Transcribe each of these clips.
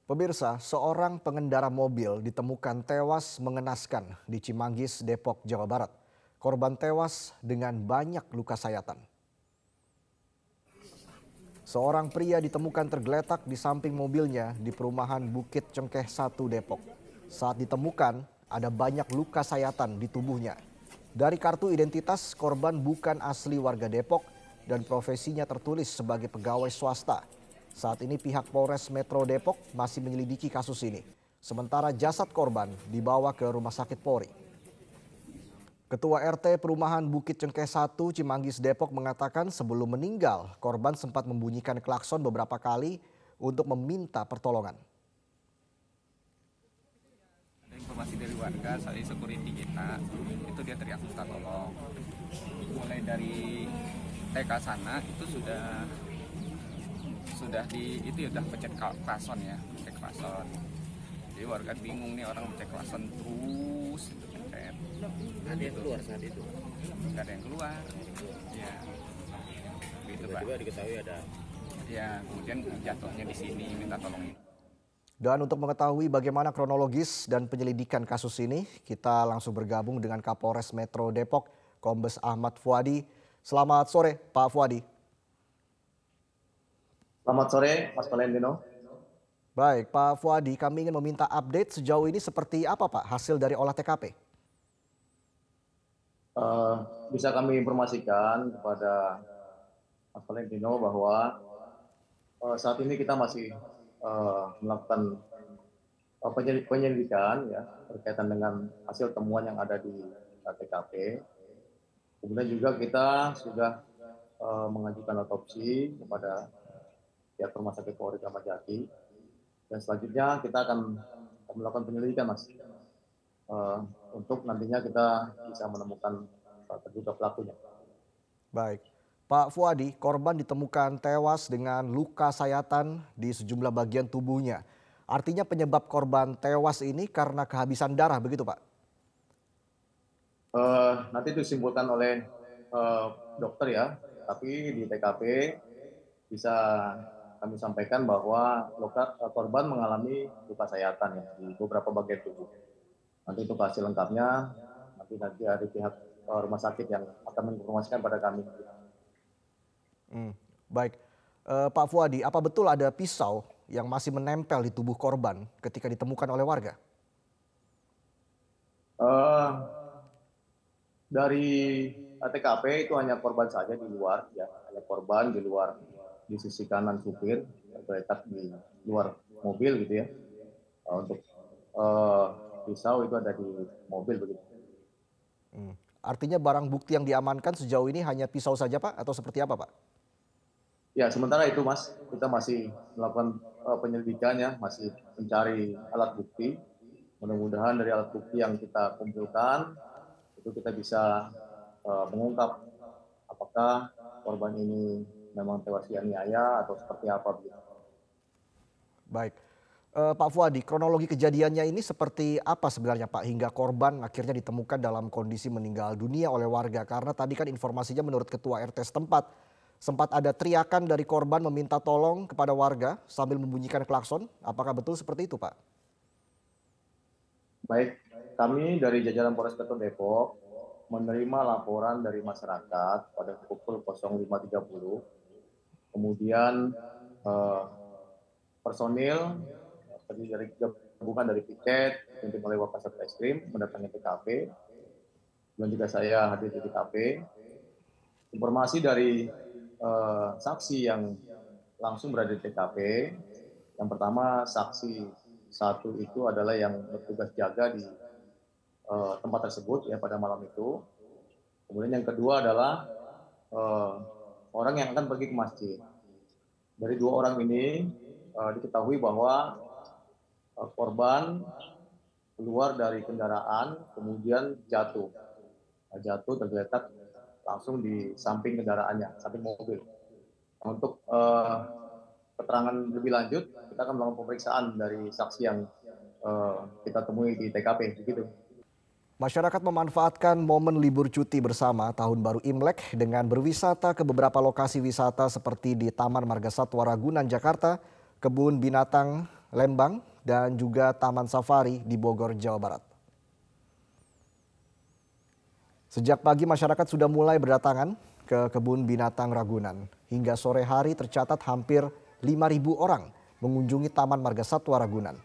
Pemirsa, seorang pengendara mobil ditemukan tewas mengenaskan di Cimanggis, Depok, Jawa Barat. Korban tewas dengan banyak luka sayatan. Seorang pria ditemukan tergeletak di samping mobilnya di perumahan Bukit Cengkeh 1 Depok. Saat ditemukan, ada banyak luka sayatan di tubuhnya. Dari kartu identitas, korban bukan asli warga Depok dan profesinya tertulis sebagai pegawai swasta. Saat ini pihak Polres Metro Depok masih menyelidiki kasus ini. Sementara jasad korban dibawa ke Rumah Sakit Polri. Ketua RT Perumahan Bukit Cengkeh 1 Cimanggis Depok mengatakan sebelum meninggal, korban sempat membunyikan klakson beberapa kali untuk meminta pertolongan. Ada informasi dari warga, soal security kita, itu dia teriak minta tolong. Mulai dari TK sana itu sudah pencet klason ya, cek klason. Jadi warga bingung nih, orang cek klason terus itu pencet. Ada yang keluar saat itu? Nggak ada yang keluar. Ya. Gitu, tiba-tiba diketahui ada. Ya, kemudian jatuhnya di sini minta tolong. Dan untuk mengetahui bagaimana kronologis dan penyelidikan kasus ini, kita langsung bergabung dengan Kapolres Metro Depok, Kombes Ahmad Fuadi. Selamat sore, Pak Fuadi. Selamat sore, Mas Valentino. Baik, Pak Fuadi, kami ingin meminta update sejauh ini seperti apa, Pak, hasil dari olah TKP? Bisa kami informasikan kepada Mas Valentino bahwa saat ini kita masih melakukan penyelidikan ya berkaitan dengan hasil temuan yang ada di TKP. Kemudian juga kita sudah mengajukan otopsi kepada pihak Rumah Sakit Polri Kramat Jati, dan selanjutnya kita akan melakukan penyelidikan, Mas, untuk nantinya kita bisa menemukan terduga pelakunya. Baik, Pak Fuadi, korban ditemukan tewas dengan luka sayatan di sejumlah bagian tubuhnya. Artinya penyebab korban tewas ini karena kehabisan darah, begitu Pak? Nanti disimpulkan oleh dokter ya, tapi di TKP bisa kami sampaikan bahwa korban mengalami luka sayatan ya di beberapa bagian tubuh. Nanti untuk hasil lengkapnya nanti dari pihak rumah sakit yang akan menginformasikan pada kami. Baik, Pak Fuadi, apa betul ada pisau yang masih menempel di tubuh korban ketika ditemukan oleh warga? Dari TKP itu hanya korban saja di luar, ya, hanya korban di luar. Di sisi kanan supir terletak di luar mobil gitu ya. Untuk pisau itu ada di mobil begitu. Artinya barang bukti yang diamankan sejauh ini hanya pisau saja Pak, atau seperti apa Pak? Ya sementara itu Mas, kita masih melakukan penyelidikan ya, masih mencari alat bukti. Mudah-mudahan dari alat bukti yang kita kumpulkan itu kita bisa mengungkap apakah korban ini memang tewas dianiaya atau seperti apa begitu. Baik, Pak Fuadi, kronologi kejadiannya ini seperti apa sebenarnya Pak hingga korban akhirnya ditemukan dalam kondisi meninggal dunia oleh warga? Karena tadi kan informasinya menurut Ketua RT setempat sempat ada teriakan dari korban meminta tolong kepada warga sambil membunyikan klakson. Apakah betul seperti itu Pak? Baik, kami dari jajaran Polres Metro Depok menerima laporan dari masyarakat pada pukul 05.30. Kemudian personil dari gabungan dari piket dipimpin oleh Wakasat Reskrim mendatangi TKP, dan juga saya hadir di TKP. Informasi dari saksi yang langsung berada di TKP, yang pertama saksi satu itu adalah yang bertugas jaga di tempat tersebut ya pada malam itu. Kemudian yang kedua adalah orang yang akan pergi ke masjid. Dari dua orang ini diketahui bahwa korban keluar dari kendaraan kemudian jatuh tergeletak langsung di samping kendaraannya, samping mobil. Untuk keterangan lebih lanjut kita akan melakukan pemeriksaan dari saksi yang kita temui di TKP begitu. Masyarakat memanfaatkan momen libur cuti bersama Tahun Baru Imlek dengan berwisata ke beberapa lokasi wisata seperti di Taman Marga Satwa Ragunan, Jakarta, Kebun Binatang Lembang, dan juga Taman Safari di Bogor, Jawa Barat. Sejak pagi masyarakat sudah mulai berdatangan ke Kebun Binatang Ragunan. Hingga sore hari tercatat hampir 5.000 orang mengunjungi Taman Marga Satwa Ragunan.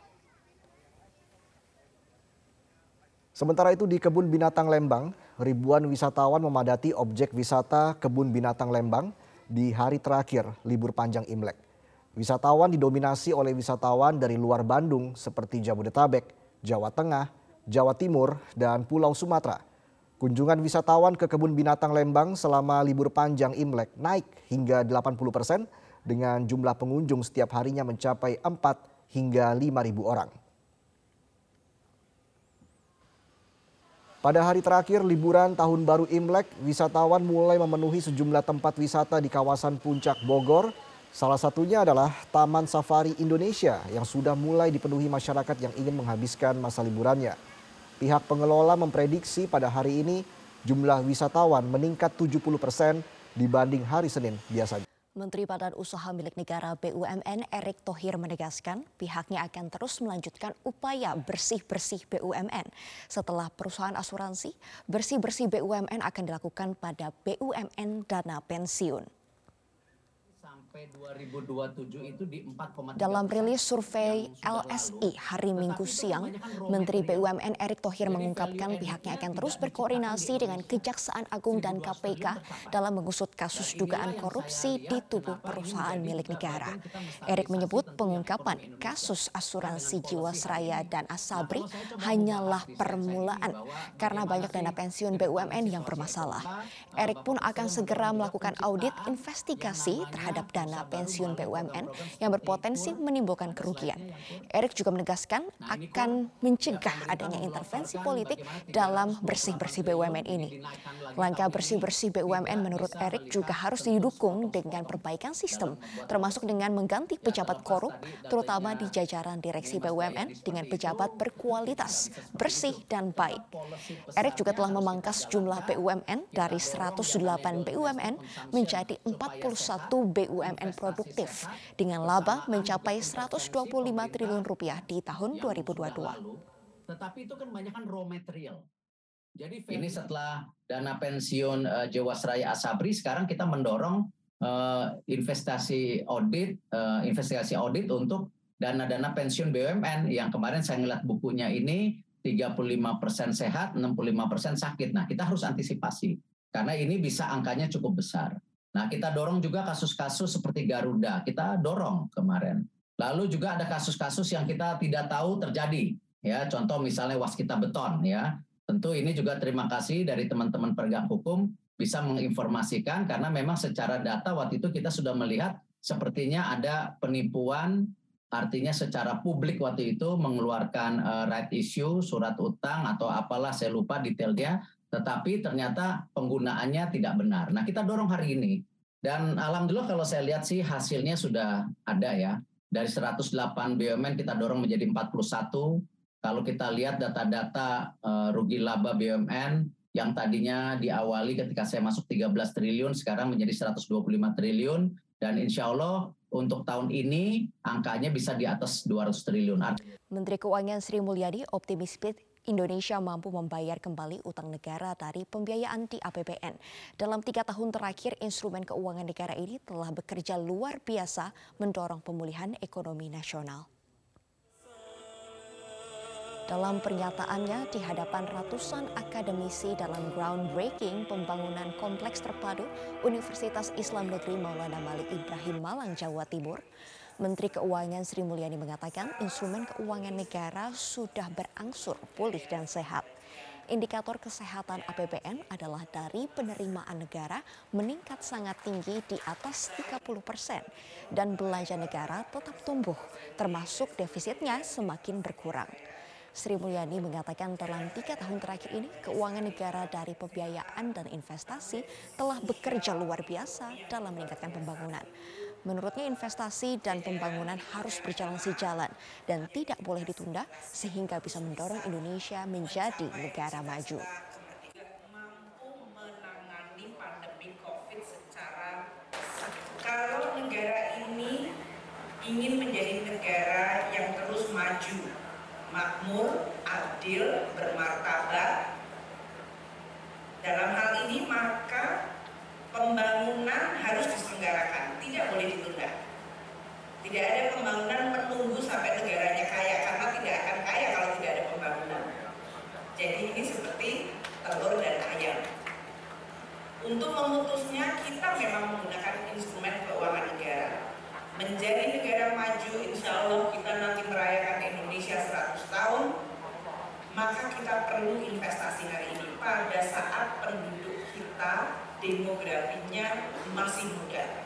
Sementara itu di Kebun Binatang Lembang, ribuan wisatawan memadati objek wisata Kebun Binatang Lembang di hari terakhir libur panjang Imlek. Wisatawan didominasi oleh wisatawan dari luar Bandung seperti Jabodetabek, Jawa Tengah, Jawa Timur, dan Pulau Sumatera. Kunjungan wisatawan ke Kebun Binatang Lembang selama libur panjang Imlek naik hingga 80% dengan jumlah pengunjung setiap harinya mencapai 4 hingga 5.000 orang. Pada hari terakhir liburan Tahun Baru Imlek, wisatawan mulai memenuhi sejumlah tempat wisata di kawasan Puncak Bogor. Salah satunya adalah Taman Safari Indonesia yang sudah mulai dipenuhi masyarakat yang ingin menghabiskan masa liburannya. Pihak pengelola memprediksi pada hari ini jumlah wisatawan meningkat 70% dibanding hari Senin biasanya. Menteri Badan Usaha Milik Negara BUMN Erick Thohir menegaskan pihaknya akan terus melanjutkan upaya bersih-bersih BUMN. Setelah perusahaan asuransi, bersih-bersih BUMN akan dilakukan pada BUMN Dana Pensiun. Sampai 2027 itu di 4,3%. Dalam rilis survei LSI hari Minggu siang, Menteri BUMN Erick Thohir mengungkapkan pihaknya akan terus berkoordinasi dengan Kejaksaan Agung dan KPK dalam mengusut kasus dugaan korupsi di tubuh perusahaan milik negara. Erick menyebut pengungkapan kasus asuransi Jiwasraya dan Asabri hanyalah permulaan karena banyak dana pensiun BUMN yang bermasalah. Erick pun akan segera melakukan audit investigasi terhadap dana pensiun BUMN yang berpotensi menimbulkan kerugian. Erick juga menegaskan akan mencegah adanya intervensi politik dalam bersih-bersih BUMN ini. Langkah bersih-bersih BUMN menurut Erick juga harus didukung dengan perbaikan sistem, termasuk dengan mengganti pejabat korup, terutama di jajaran direksi BUMN dengan pejabat berkualitas, bersih, dan baik. Erick juga telah memangkas jumlah BUMN dari 108 BUMN menjadi 41 BUMN produktif dengan laba mencapai 125 triliun rupiah di tahun 2022. Tetapi itu kan banyak raw material. Jadi ini setelah dana pensiun Jiwasraya Asabri, sekarang kita mendorong investigasi audit untuk dana-dana pensiun BUMN yang kemarin saya ngeliat bukunya ini 35% sehat, 65% sakit. Nah, kita harus antisipasi karena ini bisa angkanya cukup besar. Nah, kita dorong juga kasus-kasus seperti Garuda, kita dorong kemarin. Lalu juga ada kasus-kasus yang kita tidak tahu terjadi, ya. Contoh misalnya Waskita Beton, ya. Tentu ini juga terima kasih dari teman-teman penegak hukum bisa menginformasikan karena memang secara data waktu itu kita sudah melihat sepertinya ada penipuan, artinya secara publik waktu itu mengeluarkan right issue, surat utang atau apalah saya lupa detailnya. Tetapi ternyata penggunaannya tidak benar. Nah, kita dorong hari ini. Dan alhamdulillah kalau saya lihat sih hasilnya sudah ada ya. Dari 108 BUMN kita dorong menjadi 41. Kalau kita lihat data-data rugi laba BUMN yang tadinya diawali ketika saya masuk 13 triliun, sekarang menjadi 125 triliun. Dan insya Allah untuk tahun ini angkanya bisa di atas 200 triliun. Menteri Keuangan Sri Mulyani optimistis Indonesia mampu membayar kembali utang negara dari pembiayaan di APBN. Dalam 3 tahun terakhir, instrumen keuangan negara ini telah bekerja luar biasa mendorong pemulihan ekonomi nasional. Dalam pernyataannya di hadapan ratusan akademisi dalam groundbreaking pembangunan kompleks terpadu Universitas Islam Negeri Maulana Malik Ibrahim Malang, Jawa Timur, Menteri Keuangan Sri Mulyani mengatakan instrumen keuangan negara sudah berangsur pulih dan sehat. Indikator kesehatan APBN adalah dari penerimaan negara meningkat sangat tinggi di atas 30% dan belanja negara tetap tumbuh, termasuk defisitnya semakin berkurang. Sri Mulyani mengatakan dalam 3 tahun terakhir ini keuangan negara dari pembiayaan dan investasi telah bekerja luar biasa dalam meningkatkan pembangunan. Menurutnya investasi dan pembangunan harus berjalan sejalan dan tidak boleh ditunda sehingga bisa mendorong Indonesia menjadi negara maju. Mampu menangani pandemi COVID secara kalau negara ini ingin menjadi negara yang makmur, adil, bermartabat. Dalam hal ini maka pembangunan harus diselenggarakan, tidak boleh ditunda. Tidak ada pembangunan menunggu sampai negaranya kaya, karena tidak akan kaya kalau tidak ada pembangunan. Jadi ini seperti telur dan ayam. Untuk memutusnya kita memang menggunakan instrumen keuangan negara. Menjadi negara maju, insya Allah kita nanti merayakan Indonesia 100 tahun, maka kita perlu investasi hari ini pada saat penduduk kita demografinya masih muda.